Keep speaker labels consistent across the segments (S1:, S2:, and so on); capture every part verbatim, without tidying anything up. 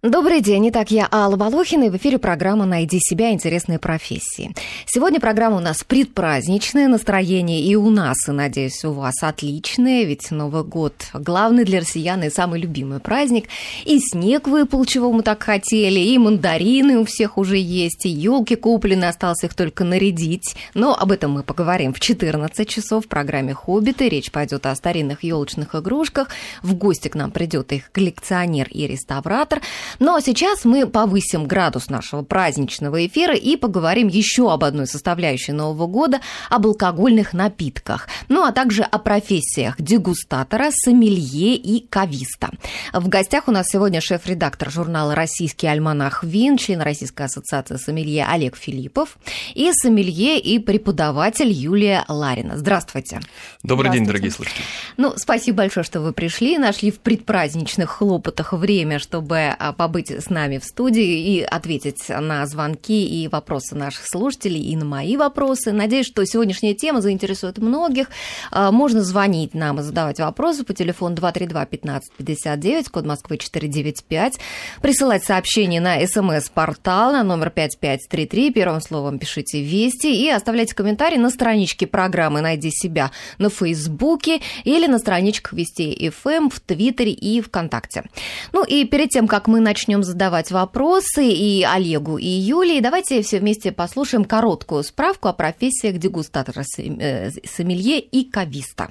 S1: Добрый день. Итак, я Алла Волохина, и в эфире программа «Найди себя. Интересные профессии». Сегодня программа у нас предпраздничное настроение, и у нас, и, надеюсь, у вас отличное, ведь Новый год – главный для россиян и самый любимый праздник. И снег выпал, чего мы так хотели, и мандарины у всех уже есть, и елки куплены, осталось их только нарядить. Но об этом мы поговорим в четырнадцать часов в программе «Хоббиты». Речь пойдет о старинных елочных игрушках. В гости к нам придет их коллекционер и реставратор. Ну а сейчас мы повысим градус нашего праздничного эфира и поговорим еще об одной составляющей Нового года, об алкогольных напитках, ну а также о профессиях дегустатора, сомелье и кависта. В гостях у нас сегодня шеф-редактор журнала «Российский альманах вин», член Российской ассоциации сомелье Олег Филиппов и сомелье и преподаватель Юлия Ларина. Здравствуйте.
S2: Добрый Здравствуйте. День, дорогие слушатели.
S1: Ну, спасибо большое, что вы пришли, нашли в предпраздничных хлопотах время, чтобы побыть с нами в студии и ответить на звонки и вопросы наших слушателей, и на мои вопросы. Надеюсь, что сегодняшняя тема заинтересует многих. Можно звонить нам и задавать вопросы по телефону два три два пятнадцать пятьдесят девять, код Москвы четыре девять пять, присылать сообщения на смс-портал на номер пять пять три три, первым словом пишите «Вести» и оставляйте комментарии на страничке программы «Найди себя» на Фейсбуке или на страничках Вести эф эм в Твиттере и ВКонтакте. Ну и перед тем, как мы начнем задавать вопросы и Олегу, и Юлии, давайте все вместе послушаем короткую справку о профессиях дегустатора, сомелье и кависта.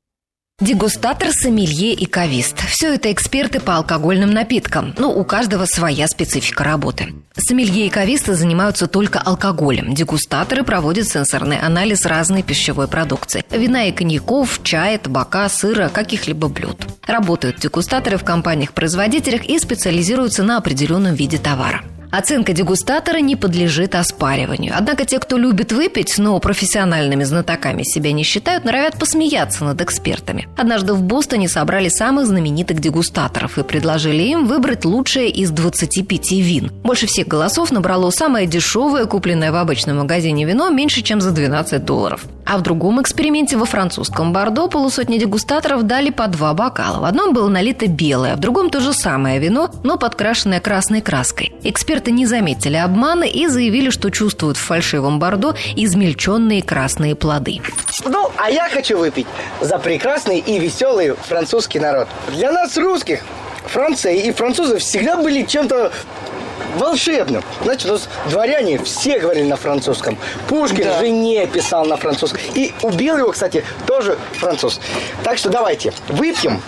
S1: Дегустатор, сомелье и кавист – все это эксперты по алкогольным напиткам, но у каждого своя специфика работы. Сомелье и кависты занимаются только алкоголем. Дегустаторы проводят сенсорный анализ разной пищевой продукции – вина и коньяков, чая, табака, сыра, каких-либо блюд. Работают дегустаторы в компаниях-производителях и специализируются на определенном виде товара. Оценка дегустатора не подлежит оспариванию. Однако те, кто любит выпить, но профессиональными знатоками себя не считают, норовят посмеяться над экспертами. Однажды в Бостоне собрали самых знаменитых дегустаторов и предложили им выбрать лучшее из двадцати пяти вин. Больше всех голосов набрало самое дешевое, купленное в обычном магазине вино, меньше, чем за двенадцать долларов. А в другом эксперименте во французском Бордо полусотни дегустаторов дали по два бокала. В одном было налито белое, в другом то же самое вино, но подкрашенное красной краской. Эксперты не заметили обмана и заявили, что чувствуют в фальшивом Бордо измельченные красные плоды.
S3: Ну, а я хочу выпить за прекрасный и веселый французский народ. Для нас, русских, Франция и французы всегда были чем-то волшебным. Значит, у нас дворяне все говорили на французском. Пушкин да. жене писал на французском. И убил его, кстати, тоже француз. Так что давайте выпьем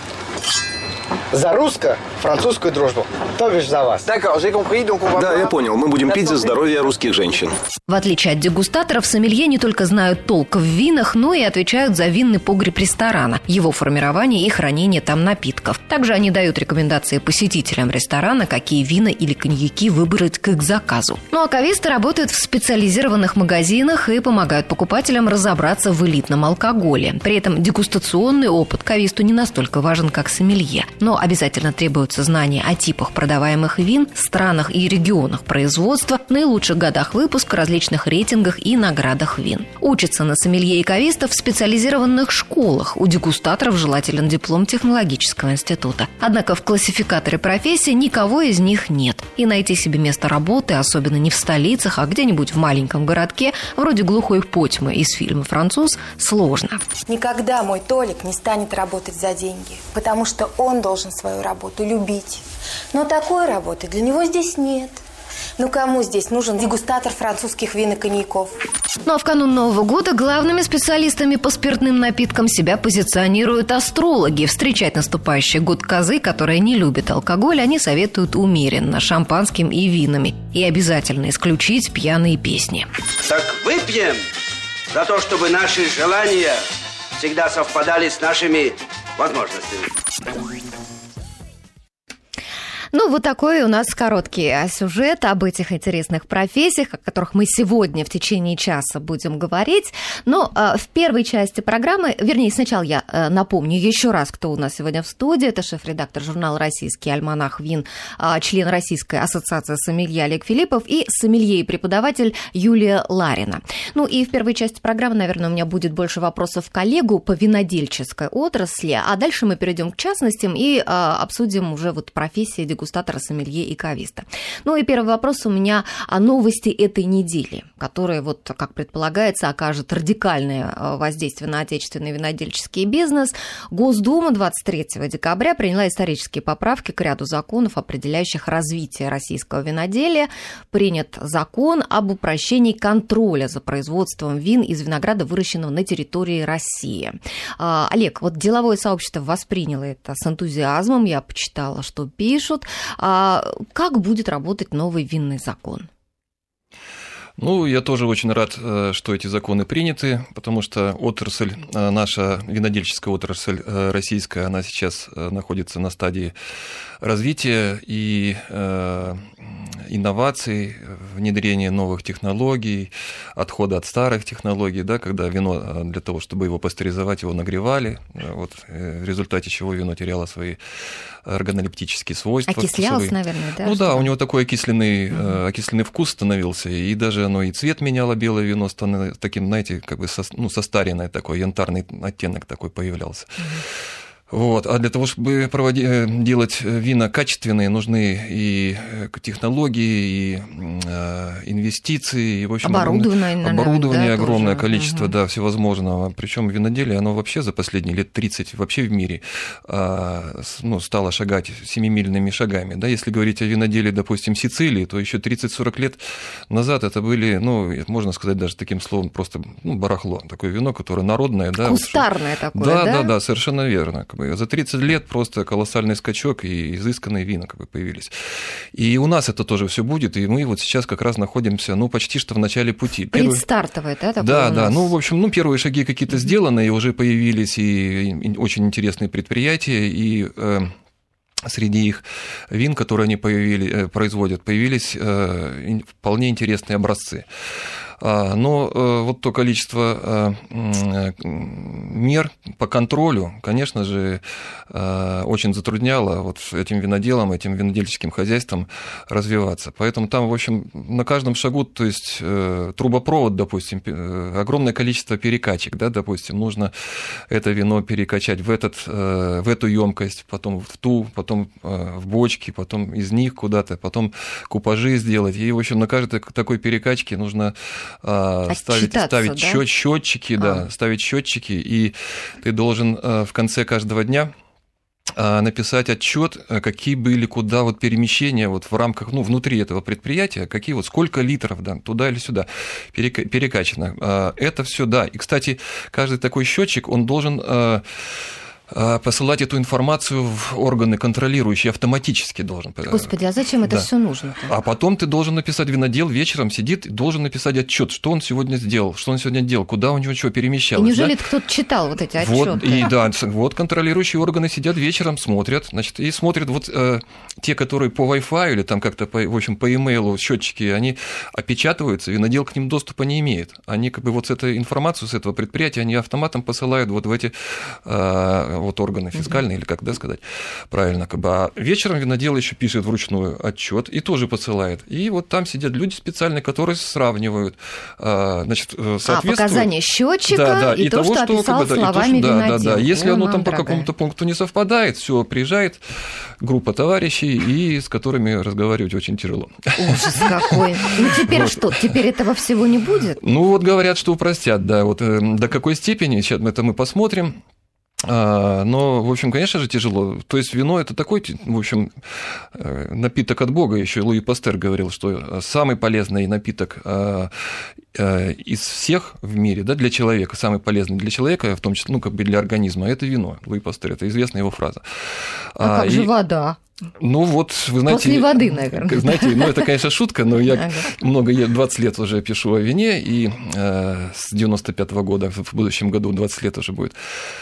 S3: за русско-французскую дружбу. То бишь за вас.
S4: Да, я понял. Мы будем пить за здоровье русских женщин.
S1: В отличие от дегустаторов, сомелье не только знают толк в винах, но и отвечают за винный погреб ресторана, его формирование и хранение там напитков. Также они дают рекомендации посетителям ресторана, какие вина или коньяки выбрать к их заказу. Ну а кависты работают в специализированных магазинах и помогают покупателям разобраться в элитном алкоголе. При этом дегустационный опыт кависту не настолько важен, как сомелье. Но обязательно требуются знания о типах продаваемых вин, странах и регионах производства, наилучших годах выпуска, различных рейтингах и наградах вин. Учатся на сомелье и кавистов в специализированных школах. У дегустаторов желателен диплом технологического института. Однако в классификаторе профессий никого из них нет. И найти себе место работы, особенно не в столицах, а где-нибудь в маленьком городке, вроде глухой Потьмы из фильма «Француз», сложно.
S5: Никогда мой Толик не станет работать за деньги, потому что он должен свою работу любить. Но такой работы для него здесь нет. Ну кому здесь нужен дегустатор французских вин и коньяков?
S1: Ну а в канун Нового года главными специалистами по спиртным напиткам себя позиционируют астрологи. Встречать наступающий год козы, которая не любит алкоголь, они советуют умеренно, шампанским и винами. И обязательно исключить пьяные песни.
S6: Так выпьем за то, чтобы наши желания всегда совпадали с нашими возможностями.
S1: Ну, вот такой у нас короткий сюжет об этих интересных профессиях, о которых мы сегодня в течение часа будем говорить. Но э, в первой части программы, вернее, сначала я э, напомню еще раз, кто у нас сегодня в студии. Это шеф-редактор журнала «Российский альманах вин», э, член Российской ассоциации сомелье Олег Филиппов и сомелье и преподаватель Юлия Ларина. Ну и в первой части программы, наверное, у меня будет больше вопросов к коллегу по винодельческой отрасли, а дальше мы перейдем к частностям и э, обсудим уже вот профессии дегустатора дегустатора, сомелье и кависта. Ну и первый вопрос у меня о новости этой недели, которая, вот, как предполагается, окажет радикальное воздействие на отечественный винодельческий бизнес. Госдума двадцать третьего декабря приняла исторические поправки к ряду законов, определяющих развитие российского виноделия. Принят закон об упрощении контроля за производством вин из винограда, выращенного на территории России. Олег, вот деловое сообщество восприняло это с энтузиазмом, я почитала, что пишут. Как будет работать новый винный закон?
S2: Ну, я тоже очень рад, что эти законы приняты, потому что отрасль, наша винодельческая отрасль российская, она сейчас находится на стадии развития и инноваций, внедрения новых технологий, отхода от старых технологий, да, когда вино для того, чтобы его пастеризовать, его нагревали, вот, в результате чего вино теряло свои органолептические свойства.
S1: Окислялось,
S2: вкусовые.
S1: Наверное, да?
S2: Ну
S1: что?
S2: да, у него такой окисленный,
S1: угу.
S2: окисленный вкус становился, и даже оно и цвет меняло, белое вино становилось таким, знаете, как бы со, ну, состаренное такой, янтарный оттенок такой появлялся. Угу. Вот. А для того, чтобы проводить, делать вина качественные, нужны и технологии, и инвестиции, и, в общем,
S1: оборудование, наверное,
S2: оборудование
S1: да,
S2: огромное
S1: тоже.
S2: количество,
S1: угу.
S2: да, всевозможного. Причем виноделие, оно вообще за последние лет тридцать вообще в мире ну, стало шагать семимильными шагами. Да? Если говорить о виноделии, допустим, Сицилии, то еще тридцать-сорок лет назад это были, ну, можно сказать даже таким словом, просто ну, барахло. Такое вино, которое народное. Да,
S1: кустарное
S2: вот,
S1: такое,
S2: да?
S1: Да,
S2: да, да, совершенно верно. За тридцать лет просто колоссальный скачок, и изысканные вина как бы появились. И у нас это тоже все будет, и мы вот сейчас как раз находимся, ну, почти что в начале пути.
S1: Предстартовое, да, такое
S2: Да,
S1: у
S2: да,
S1: нас?
S2: ну, в общем, ну, первые шаги какие-то сделаны, и уже появились и очень интересные предприятия, и э, среди их вин, которые они появили, производят, появились э, вполне интересные образцы. Но вот то количество мер по контролю, конечно же, очень затрудняло вот этим виноделам, этим винодельческим хозяйствам развиваться. Поэтому там, в общем, на каждом шагу, то есть трубопровод, допустим, огромное количество перекачек, да, допустим, нужно это вино перекачать в, этот, в эту емкость, потом в ту, потом в бочки, потом из них куда-то, потом купажи сделать. И, в общем, на каждой такой перекачке нужно ставить, ставить да? счетчики, да, а. ставить счетчики, и ты должен в конце каждого дня написать отчет, какие были куда вот перемещения вот в рамках, ну, внутри этого предприятия, какие вот, сколько литров, да, туда или сюда перекачано. Это все, да. И, кстати, каждый такой счетчик, он должен посылать эту информацию в органы контролирующие, автоматически должен.
S1: Господи, а зачем это
S2: да.
S1: все нужно?
S2: А потом ты должен написать, винодел вечером сидит и должен написать отчет, что он сегодня сделал, что он сегодня делал, куда у него что перемещалось. И
S1: неужели
S2: да?
S1: кто-то читал вот эти отчеты?
S2: Вот, и да, вот контролирующие органы сидят вечером, смотрят, значит, и смотрят вот э, те, которые по Wi-Fi или там как-то, по, в общем, по имейлу счетчики, они опечатываются, винодел к ним доступа не имеет. Они как бы вот с этой информацией, с этого предприятия, они автоматом посылают вот в эти э, вот органы фискальные, mm-hmm. или как да, сказать правильно. Как бы. А вечером винодел еще пишет вручную отчет и тоже посылает. И вот там сидят люди специальные, которые сравнивают, значит, соответствует...
S1: А, показания счетчика
S2: да, да,
S1: и, и то, того, что описал как бы, да, словами
S2: то, что,
S1: винодел.
S2: Да, да, да. Если
S1: О,
S2: оно там
S1: дорогая.
S2: по какому-то пункту не совпадает, все, приезжает группа товарищей, и с которыми разговаривать очень тяжело.
S1: Ужас какой. Ну теперь вот. Что? Теперь этого всего не будет?
S2: Ну вот говорят, что упростят, да. Вот до какой степени, сейчас это мы посмотрим. Но, в общем, конечно же, тяжело. То есть вино – это такой, в общем, напиток от Бога. Еще Луи Пастер говорил, что самый полезный напиток из всех в мире, да, для человека, самый полезный для человека, в том числе, ну, как бы для организма, это вино. Луи Пастер – это известная его фраза.
S1: А, а как
S2: и...
S1: же вода?
S2: Ну вот, вы знаете...
S1: После воды, наверное.
S2: Знаете, ну это, конечно, шутка, но я
S1: ага.
S2: много, двадцать лет уже пишу о вине, и э, с девяносто пятого года, в будущем году двадцать лет уже будет.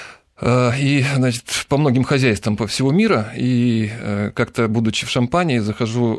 S2: И, значит, по многим хозяйствам по всего мира, и как-то, будучи в Шампании, захожу,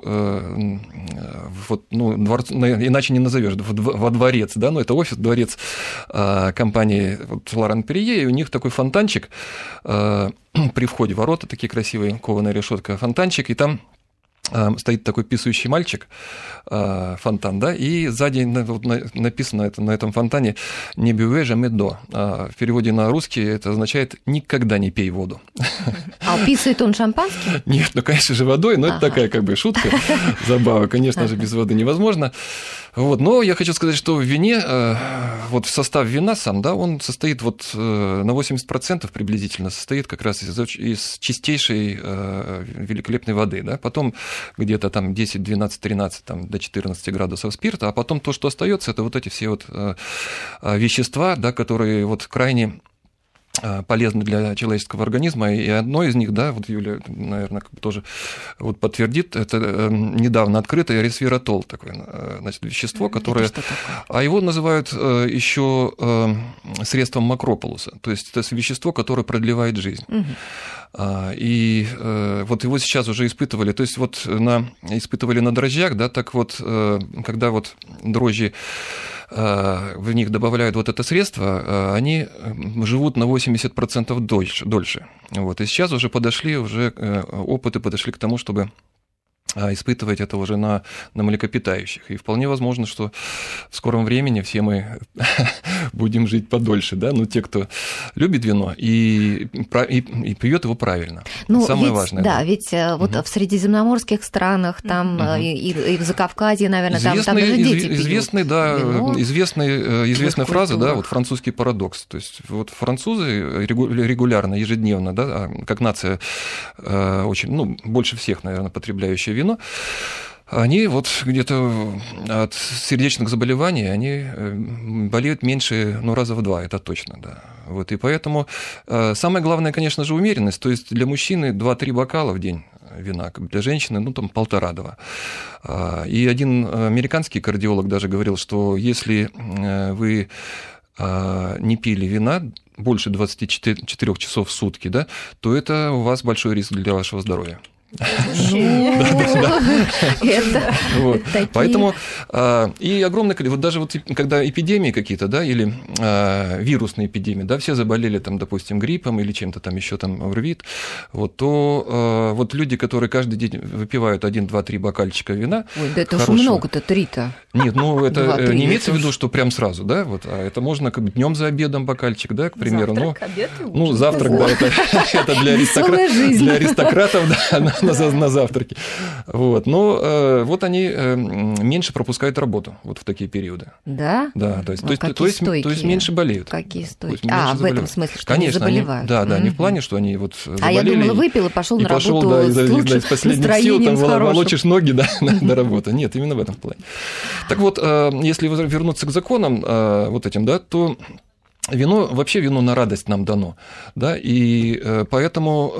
S2: вот, ну, дворц, иначе не назовешь, во дворец, да, ну, это офис, дворец компании вот, Лоран Перрье, и у них такой фонтанчик при входе, ворота такие красивые, кованая решетка, фонтанчик, и там стоит такой писающий мальчик, фонтан, да, и сзади написано это, на этом фонтане «Не бюве jamais d'eau». В переводе на русский это означает «никогда не пей воду».
S1: А писает он шампанским?
S2: Нет, ну, конечно же, водой, но ага. это такая как бы шутка, забава, конечно же, без воды невозможно. Вот, но я хочу сказать, что в вине, вот состав вина сам, да, он состоит вот на восемьдесят процентов приблизительно, состоит как раз из, из чистейшей великолепной воды, да, потом где-то там десять, двенадцать, тринадцать, там, до четырнадцати градусов спирта, а потом то, что остается, это вот эти все вот вещества, да, которые вот крайне полезны для человеческого организма, и одно из них, да, вот Юля, наверное, тоже вот подтвердит, это недавно открытое ресвератол, такое, значит, вещество, которое... А его называют еще средством Макрополуса, то есть это вещество, которое продлевает жизнь. Угу. И вот его сейчас уже испытывали, то есть вот на, испытывали на дрожжах, да, так вот, когда вот дрожжи в них добавляют вот это средство, они живут на восемьдесят процентов дольше. дольше. Вот. И сейчас уже подошли, уже опыты подошли к тому, чтобы испытывать это уже на, на млекопитающих. И вполне возможно, что в скором времени все мы будем жить подольше, да, ну, те, кто любит вино и, и, и пьет его правильно.
S1: Ну,
S2: самое
S1: ведь,
S2: важное.
S1: Да,
S2: да.
S1: ведь uh-huh. вот в средиземноморских странах, там uh-huh. и, и в Закавказье, наверное, известный, там, там даже дети пьют
S2: известный, да,
S1: вино.
S2: Известный, известная фраза, да, вот французский парадокс. То есть вот французы регулярно, ежедневно, да, как нация очень, ну, больше всех, наверное, потребляющая вино, они вот где-то от сердечных заболеваний они болеют меньше, ну, раза в два, это точно, да. Вот, и поэтому самое главное, конечно же, умеренность, то есть для мужчины два-три бокала в день вина, для женщины, ну, там, полтора-два. И один американский кардиолог даже говорил, что если вы не пили вина больше двадцати четырёх часов в сутки, да, то это у вас большой риск для вашего здоровья. Поэтому и огромное количество, вот даже вот когда эпидемии какие-то, да, или вирусные эпидемии, да, все заболели там, допустим, гриппом или чем-то там еще там ОРВИ, вот, то вот люди, которые каждый день выпивают один, два, три бокальчика вина.
S1: Ой, да это уж много-то, три-то.
S2: Нет, ну это не имеется в виду, что прям сразу, да, вот, а это можно как бы днем за обедом бокальчик, да, к примеру.
S7: Завтрак, обед и ужин.
S2: Ну, завтрак, да, это для аристократов, да, на, на завтраке. Вот. Но э, вот они э, меньше пропускают работу вот в такие периоды.
S1: Да?
S2: Да, то есть,
S1: ну,
S2: то, есть, то, есть, то есть меньше болеют.
S1: Какие стойкие? А, в этом смысле, что
S2: Конечно,
S1: они заболевают.
S2: Они, да, да, mm-hmm. не в плане, что они вот заболели.
S1: А я думала, выпил и пошел на
S2: пошел,
S1: работу
S2: да,
S1: с
S2: да,
S1: лучшим
S2: да, последних
S1: настроением,
S2: сил, там,
S1: с хорошим.
S2: волочишь ноги, да, до работы. Нет, именно в этом плане. Так вот, э, если вернуться к законам э, вот этим, да, то вино, вообще вино на радость нам дано, да, и э, поэтому...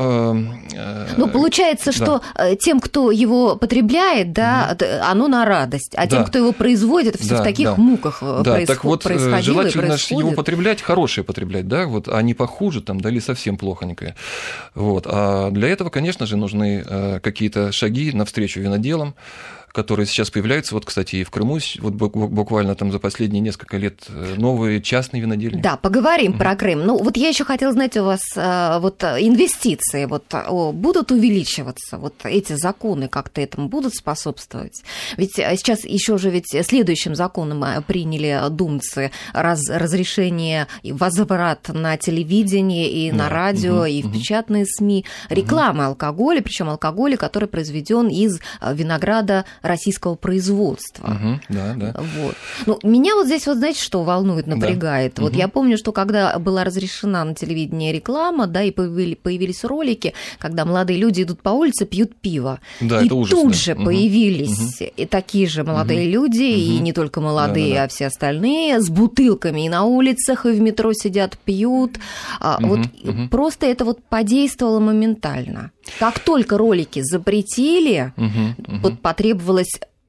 S2: Э,
S1: ну, получается, да. что тем, кто его потребляет, да, mm-hmm. оно на радость, а
S2: да.
S1: тем, кто его производит, все да, в таких
S2: да.
S1: муках
S2: да,
S1: происход...
S2: так вот,
S1: происходило
S2: желательно
S1: и происходит.
S2: его потреблять, хорошее потреблять, да, вот, а не похуже, там, да, или совсем плохонькое. Вот. А для этого, конечно же, нужны какие-то шаги навстречу виноделам, которые сейчас появляются, вот, кстати, и в Крыму, вот буквально там за последние несколько лет новые частные винодельни.
S1: Да, поговорим mm-hmm. про Крым. Ну, вот я еще хотела знать у вас, вот инвестиции вот, будут увеличиваться, вот эти законы как-то этому будут способствовать? Ведь сейчас еще же ведь следующим законом приняли думцы раз, разрешение возврат на телевидение и да. на радио, mm-hmm. и в печатные СМИ, рекламы mm-hmm. алкоголя, причем алкоголя, который произведен из винограда российского производства.
S2: Угу, да, да.
S1: Вот. Ну, меня вот здесь, вот знаете, что волнует, напрягает? Да. Вот угу. я помню, что когда была разрешена на телевидении реклама, да, и появились, появились ролики, когда молодые люди идут по улице, пьют пиво.
S2: Да,
S1: и
S2: это ужас,
S1: тут
S2: да.
S1: же
S2: угу.
S1: появились угу. и такие же молодые угу. люди, угу. и не только молодые, да, да, да. а все остальные, с бутылками и на улицах, и в метро сидят, пьют. Угу. Вот угу. просто это вот подействовало моментально. Как только ролики запретили, угу. Угу. вот потребовалось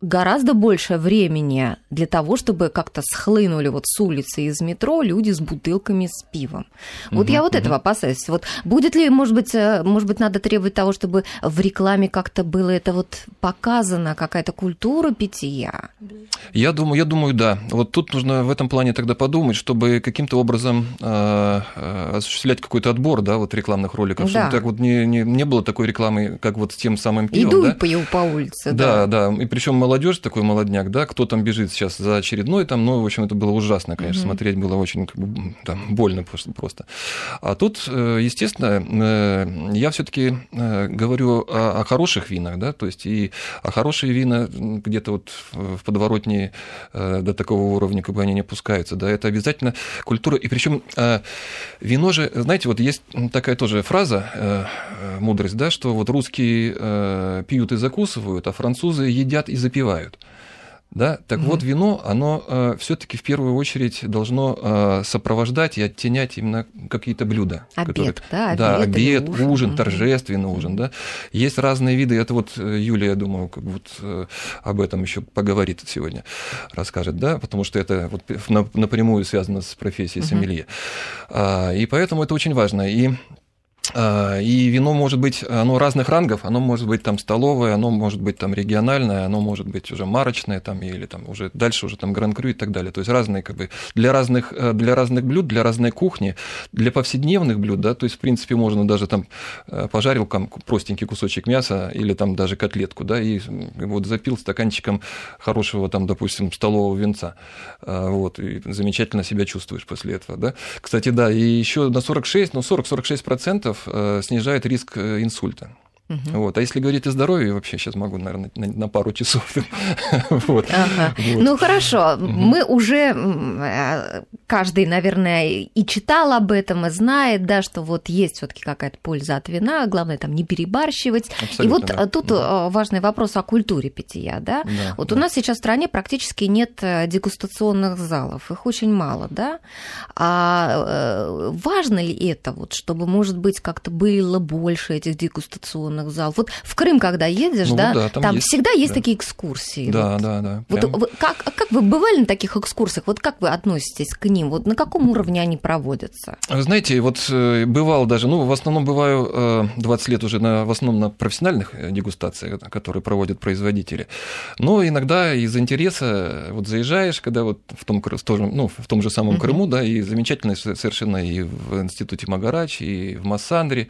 S1: гораздо больше времени для того, чтобы как-то схлынули вот с улицы из метро люди с бутылками с пивом. Вот uh-huh, я вот uh-huh. этого опасаюсь. Вот будет ли, может быть, может быть, надо требовать того, чтобы в рекламе как-то было это вот показано, какая-то культура питья?
S2: Я думаю, я думаю, да. Вот тут нужно в этом плане тогда подумать, чтобы каким-то образом э, осуществлять какой-то отбор, да, вот рекламных роликов, да. чтобы так вот не, не, не было такой рекламы, как вот с тем самым пивом.
S1: Иду
S2: да?
S1: и пью по улице.
S2: Да, да, да. И причем молодежь, такой молодняк, да, кто там бежит сейчас за очередной, там, ну, в общем, это было ужасно, конечно, mm-hmm. смотреть было очень как бы, там, больно просто. А тут, естественно, я все-таки говорю о, о хороших винах, да, то есть и о хорошие вина где-то вот в подворотне до такого уровня, как бы они не опускаются, да, это обязательно культура, и причем вино же, знаете, вот есть такая тоже фраза, мудрость, да, что вот русские пьют и закусывают, а французы едят и запивают. Да? Так mm-hmm. вот, вино, оно э, все-таки в первую очередь должно э, сопровождать и оттенять именно какие-то блюда.
S1: Обед,
S2: которые,
S1: да,
S2: да, обед,
S1: обед
S2: ужин,
S1: ужин
S2: mm-hmm. торжественный ужин. Да? Есть разные виды, это вот Юлия, я думаю, как вот, э, об этом еще поговорит сегодня, расскажет, да? Потому что это вот напрямую связано с профессией mm-hmm. сомелье. А, и поэтому это очень важно. И И вино может быть, оно разных рангов, оно может быть там столовое, оно может быть там региональное, оно может быть уже марочное там, или там уже дальше уже там гран-крю и так далее. То есть разные как бы для разных, для разных блюд, для разной кухни, для повседневных блюд, да, то есть в принципе можно даже там пожарил там простенький кусочек мяса или там даже котлетку, да, и вот запил стаканчиком хорошего там, допустим, столового винца, вот, и замечательно себя чувствуешь после этого, да. Кстати, да, и еще на сорок шесть, ну сорок-сорок шесть процентов снижает риск инсульта. Угу. Вот. А если говорить о здоровье, вообще сейчас могу, наверное, на, на пару часов. вот.
S1: Ага. вот. Ну хорошо, угу. мы уже, каждый, наверное, и читал об этом, и знает, да, что вот есть все-таки какая-то польза от вина, главное там не перебарщивать. Абсолютно, и вот да. тут да. важный вопрос о культуре питья. Да? Да, вот да. у нас сейчас в стране практически нет дегустационных залов, их очень мало, да? А важно ли это, вот, чтобы, может быть, как-то было больше этих дегустационных зал. Вот в Крым, когда едешь, ну, да, да, там, там есть, всегда есть да. такие экскурсии.
S2: Да,
S1: вот.
S2: да, да.
S1: Вот, вы, как, как вы бывали на таких экскурсиях? Вот как вы относитесь к ним? Вот на каком уровне они проводятся?
S2: Вы знаете, вот бывал даже, ну, в основном бываю двадцать лет уже на, в основном на профессиональных дегустациях, которые проводят производители. Но иногда из интереса вот заезжаешь, когда вот в том, ну, в том же самом uh-huh. Крыму, да, и замечательно совершенно и в институте Магарач, и в Массандре,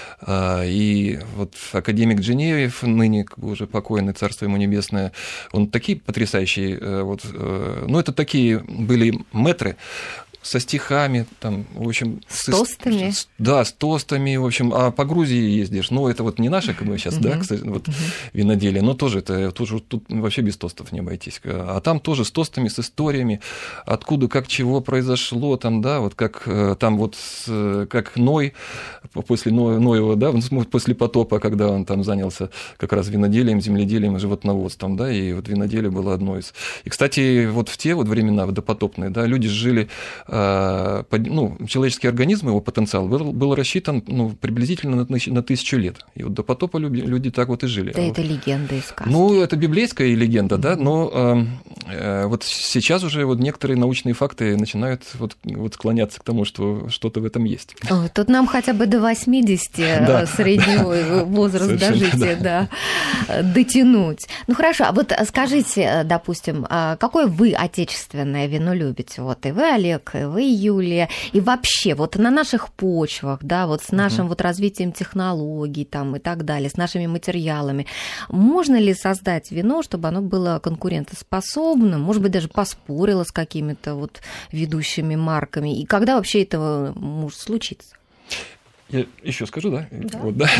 S2: и вот академик Дженеев, ныне уже покойный, царство ему небесное, он такие потрясающие, вот, ну, это такие были мэтры, со стихами, там, в общем...
S1: С тостами.
S2: С, да, с тостами, в общем, а по Грузии ездишь, ну, это вот не наше, как бы сейчас, да, кстати, вот виноделие, но тоже это, тоже тут вообще без тостов не обойтись, а там тоже с тостами, с историями, откуда, как, чего произошло, там, да, вот как там вот, как Ной, после Ноева, да, после потопа, когда он там занялся как раз виноделием, земледелием, животноводством, да, и вот виноделие было одно из... И, кстати, вот в те вот времена допотопные, да, люди жили... Ну, человеческий организм, его потенциал был, был рассчитан ну, приблизительно на, на тысячу лет. И вот до потопа люди, люди так вот и жили.
S1: Да, а это вот, легенда и сказки.
S2: Ну, это библейская легенда, mm-hmm. да, но э, вот сейчас уже вот некоторые научные факты начинают вот, вот склоняться к тому, что что-то в этом есть.
S1: О, тут нам хотя бы до восьмидесяти средний возраст дожития, да, дотянуть. Ну, хорошо, а вот скажите, допустим, какое вы отечественное вино любите? Вот и вы, Олег, и вы, Юлия, и вообще вот на наших почвах, да, вот с нашим uh-huh. вот развитием технологий там и так далее, с нашими материалами, можно ли создать вино, чтобы оно было конкурентоспособным, может быть, даже поспорило с какими-то вот ведущими марками, и когда вообще это может случиться?
S2: Я еще скажу, да? Да. Вот, да?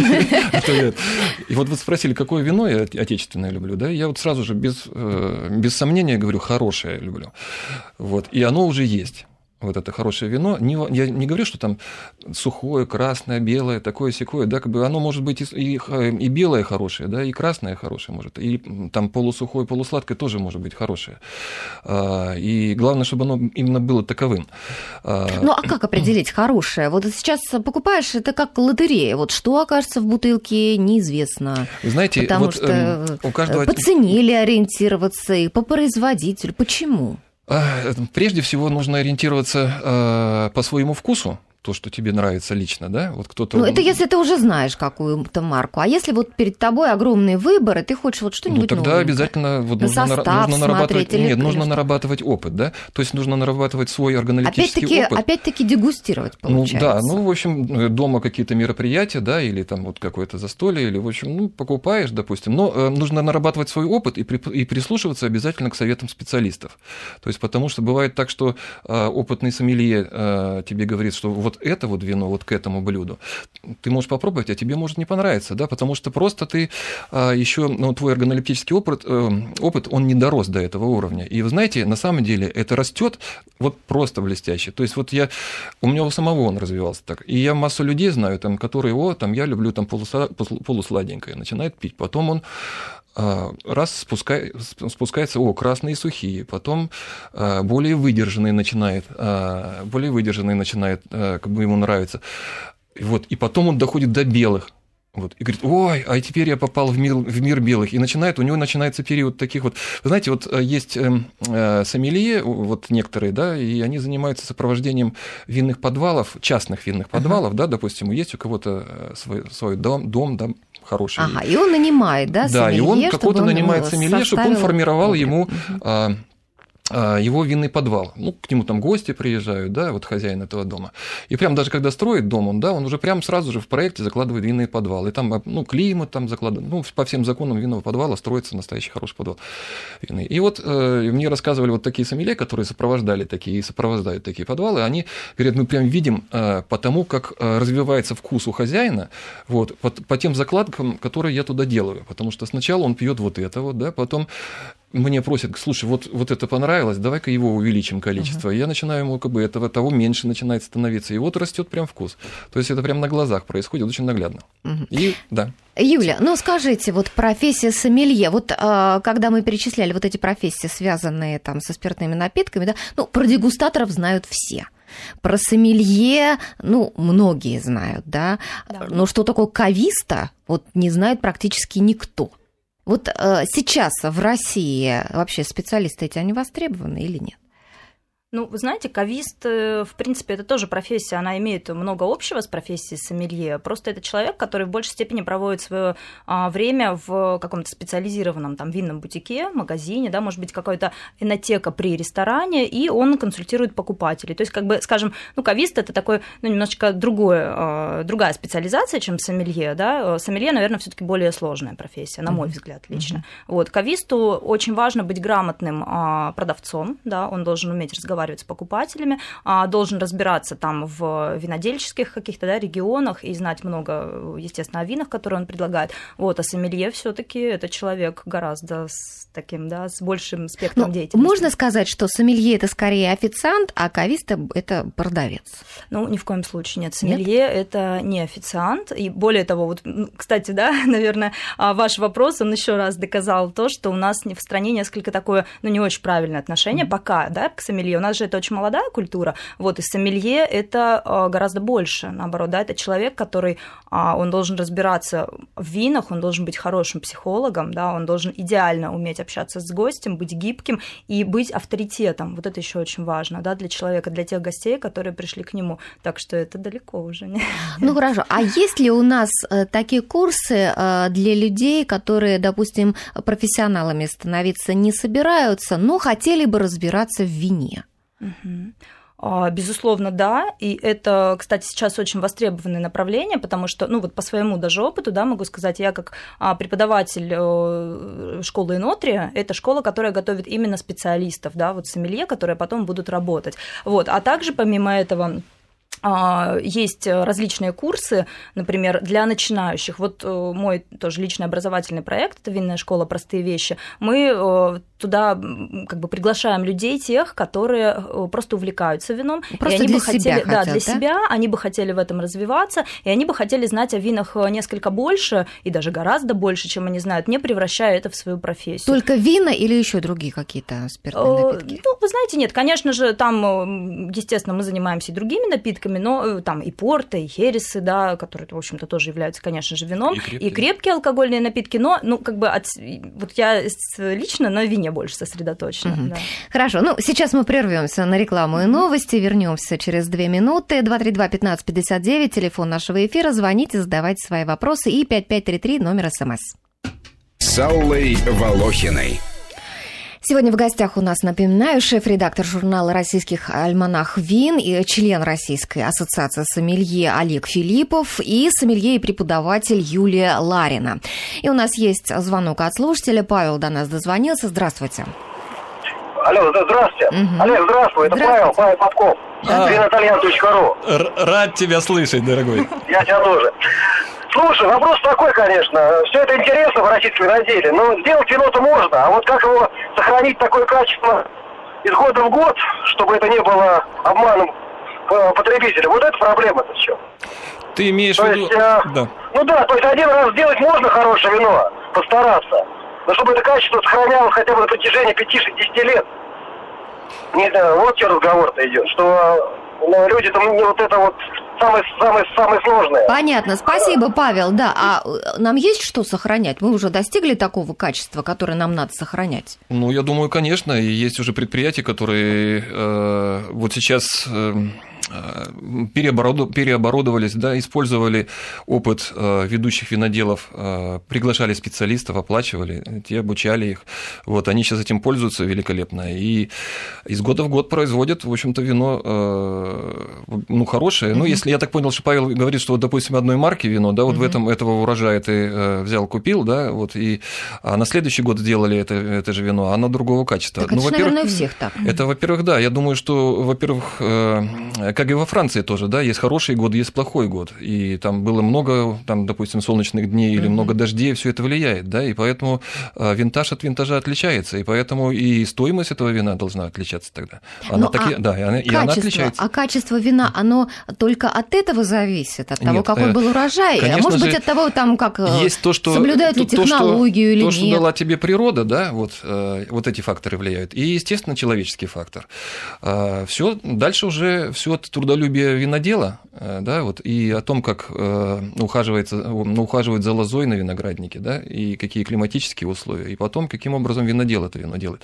S2: И вот вы спросили, какое вино я отечественное люблю, да? Я вот сразу же без, без сомнения говорю, хорошее люблю. Вот. И оно уже есть. вот это хорошее вино, не, я не говорю, что там сухое, красное, белое, такое сякое, да, как бы оно может быть и, и, и белое хорошее, да, и красное хорошее может, и там полусухое, полусладкое тоже может быть хорошее. И главное, чтобы оно именно было таковым.
S1: Ну, а как определить хорошее? Вот сейчас покупаешь, это как лотерея, вот что окажется в бутылке, неизвестно.
S2: Вы знаете,
S1: потому
S2: вот
S1: что
S2: у каждого...
S1: по цене ли ориентироваться, и по производителю, почему?
S2: Прежде всего нужно ориентироваться э, по своему вкусу, то, что тебе нравится лично, да? Вот кто-то...
S1: Ну, это если ты уже знаешь какую-то марку. А если вот перед тобой огромный выбор, и ты хочешь вот что-нибудь
S2: новенькое? Ну, тогда
S1: новенькое?
S2: обязательно вот
S1: На
S2: нужно,
S1: состав
S2: нужно нарабатывать...
S1: или...
S2: Нет, нужно
S1: или
S2: нарабатывать опыт, да? То есть нужно нарабатывать свой органолептический
S1: опять-таки,
S2: опыт.
S1: Опять-таки дегустировать, получается.
S2: Ну, да, ну, в общем, дома какие-то мероприятия, да, или там вот какое-то застолье, или, в общем, ну, покупаешь, допустим. Но э, нужно нарабатывать свой опыт и, при, и прислушиваться обязательно к советам специалистов. То есть потому что бывает так, что э, опытный сомелье э, тебе говорит, что вот это вот вино, вот к этому блюду. Ты можешь попробовать, а тебе может не понравиться, да, потому что просто ты а, еще, ну, твой органолептический опыт, э, опыт, он не дорос до этого уровня. И вы знаете, на самом деле это растет вот просто блестяще. То есть вот я, у меня у самого он развивался так. И я массу людей знаю, там, которые, о, там, я люблю там полусладенькое, начинает пить. Потом он раз спускай, спускается, о, красные и сухие, потом более выдержанные начинает, более выдержанные начинает, как бы ему нравится. Вот, и потом он доходит до белых. Вот, и говорит, ой, а теперь я попал в мир, в мир белых. И начинает, у него начинается период таких вот... Вы знаете, вот есть э, сомелье, вот некоторые, да, и они занимаются сопровождением винных подвалов, частных винных подвалов, uh-huh. да, допустим, есть у кого-то свой, свой дом, дом, да, хороший.
S1: Ага, и он нанимает, да,
S2: сомелье? Да, и он какого-то нанимает сомелье, чтобы он формировал ему... Uh-huh. его винный подвал. Ну, к нему там гости приезжают, да, вот хозяин этого дома. И прям даже когда строит дом, он, да, он уже прям сразу же в проекте закладывает винный подвал. И там, ну, климат там закладывает. Ну, по всем законам винного подвала строится настоящий хороший подвал винный. И вот э, мне рассказывали вот такие сомелье, которые сопровождали такие и сопровождают такие подвалы, они говорят, мы прям видим э, по тому, как э, развивается вкус у хозяина, вот, по, по тем закладкам, которые я туда делаю. Потому что сначала он пьет вот это вот, да, потом мне просят, слушай, вот, вот это понравилось, давай-ка его увеличим количество. Uh-huh. Я начинаю ему как бы этого, того меньше начинает становиться. И вот растет прям вкус. То есть это прям на глазах происходит, очень наглядно. Uh-huh. И да.
S1: Юля, ну скажите, вот профессия сомелье, вот а, когда мы перечисляли вот эти профессии, связанные там со спиртными напитками, да, ну, про дегустаторов знают все. Про сомелье, ну, многие знают, да, да. Но что такое кависта, вот не знает практически никто. Вот э, сейчас в России вообще специалисты эти, они востребованы или нет?
S7: Ну, вы знаете, кавист, в принципе, это тоже профессия, она имеет много общего с профессией сомелье. Просто это человек, который в большей степени проводит свое время в каком-то специализированном там винном бутике, магазине, да, может быть, какая-то энотека при ресторане, и он консультирует покупателей. То есть, как бы, скажем, ну, кавист это такой, ну, немножечко другое, другая специализация, чем сомелье, да. Сомелье, наверное, все-таки более сложная профессия, на мой mm-hmm. взгляд, лично. Mm-hmm. Вот, кависту очень важно быть грамотным продавцом, да, он должен уметь разговаривать с покупателями, должен разбираться там в винодельческих каких-то, да, регионах и знать много, естественно, о винах, которые он предлагает. Вот, а сомелье все-таки это человек гораздо с таким, да, с большим спектром ну, деятельности.
S1: Можно сказать, что сомелье это скорее официант, а кавист это продавец?
S7: Ну, ни в коем случае нет. Сомелье нет? Это не официант. И более того, вот, кстати, да, наверное, ваш вопрос, он еще раз доказал то, что у нас в стране несколько такое, ну, не очень правильное отношение mm-hmm. пока, да, к сомелье. У нас же это очень молодая культура, вот, и сомелье это гораздо больше, наоборот, да, это человек, который, он должен разбираться в винах, он должен быть хорошим психологом, да, он должен идеально уметь общаться с гостем, быть гибким и быть авторитетом, вот это еще очень важно, да, для человека, для тех гостей, которые пришли к нему, так что это далеко уже. Не?
S1: Ну, хорошо, а есть ли у нас такие курсы для людей, которые, допустим, профессионалами становиться не собираются, но хотели бы разбираться в вине?
S7: Безусловно, да, и это, кстати, сейчас очень востребованное направление, потому что, ну вот по своему даже опыту, да, могу сказать, я как преподаватель школы Энотрия, это школа, которая готовит именно специалистов, да, вот сомелье, которые потом будут работать, вот, а также помимо этого есть различные курсы, например, для начинающих. Вот мой тоже личный образовательный проект, это винная школа «Простые вещи». Мы туда как бы приглашаем людей тех, которые просто увлекаются вином.
S1: Просто
S7: и они
S1: для
S7: бы хотели,
S1: себя
S7: да,
S1: хотят,
S7: для
S1: да?
S7: себя, они бы хотели в этом развиваться, и они бы хотели знать о винах несколько больше, и даже гораздо больше, чем они знают, не превращая это в свою профессию.
S1: Только вина или еще другие какие-то спиртные напитки?
S7: Ну, вы знаете, нет, конечно же, там, естественно, мы занимаемся и другими напитками, но там и порты, и хересы, да, которые, в общем-то, тоже являются, конечно же, вином, и крепкие, и крепкие алкогольные напитки, но, ну, как бы, от... вот я лично на вине больше сосредоточена.
S1: Угу.
S7: Да.
S1: Хорошо, ну, сейчас мы прервемся на рекламу и новости, вернемся через две минуты. два три два пятнадцать пятьдесят девять, телефон нашего эфира, звоните, задавайте свои вопросы, и пять пять три три, номер СМС.
S8: С Аллой Волохиной.
S1: Сегодня в гостях у нас, напоминаю, шеф-редактор журнала «Российских альманах вин» и член Российской ассоциации сомелье Олег Филиппов и сомелье и преподаватель Юлия Ларина. И у нас есть звонок от слушателя. Павел до нас дозвонился. Здравствуйте.
S9: Алло, здравствуйте.
S1: Угу.
S9: Олег, здравствуй. Это Павел, Павел Попков. винотальян точка ру.
S2: Рад тебя слышать, дорогой.
S9: Я тебя тоже. Слушай, вопрос такой, конечно. Все это интересно в российском виноделии, но сделать вино-то можно. А вот как его сохранить такое качество из года в год, чтобы это не было обманом потребителя, вот это проблема-то все.
S2: Ты имеешь
S9: то
S2: в виду...
S9: Есть, а...
S2: да.
S9: Ну да, то есть один раз сделать можно хорошее вино, постараться. Но чтобы это качество сохранялось хотя бы на протяжении пяти-шести лет. Не знаю, вот что разговор-то идет, что ну, люди-то не вот это вот самое, самое, самое сложное.
S1: Понятно, спасибо, Павел. Да, а нам есть что сохранять? Мы уже достигли такого качества, которое нам надо сохранять?
S2: Ну, я думаю, конечно, и есть уже предприятия, которые э, вот сейчас... Э, переоборудовались, да, использовали опыт э, ведущих виноделов, э, приглашали специалистов, оплачивали, те обучали их. Вот, они сейчас этим пользуются великолепно. И из года в год производят, в общем-то, вино э, ну, хорошее. Mm-hmm. Ну, если я так понял, что Павел говорит, что, вот, допустим, одной марки вино, да, вот mm-hmm. в этом этого урожая ты э, взял, купил, да, вот, и а на следующий год сделали это, это же вино, а оно другого качества.
S1: Так
S2: ну,
S1: это,
S2: во-первых,
S1: наверное, у всех так.
S2: Это, во-первых, да, я думаю, что, во-первых, э, как и во Франции тоже, да, есть хороший год, есть плохой год, и там было много, там, допустим, солнечных дней или mm-hmm. много дождей, все это влияет, да, и поэтому винтаж от винтажа отличается, и поэтому и стоимость этого вина должна отличаться тогда. Она
S1: ну,
S2: таки,
S1: а
S2: да, и она, и она отличается.
S1: А качество вина, оно только от этого зависит, от того,
S2: нет,
S1: какой был урожай, а может быть от того, там, как
S2: есть то, что,
S1: соблюдают ли
S2: то,
S1: технологию
S2: что,
S1: или
S2: то,
S1: нет.
S2: То, что дала тебе природа, да, вот, вот эти факторы влияют, и, естественно, человеческий фактор. Все, дальше уже все от трудолюбия винодела, да, вот, и о том, как ухаживается, ухаживают за лозой на винограднике, да, и какие климатические условия, и потом, каким образом винодел это вино делает.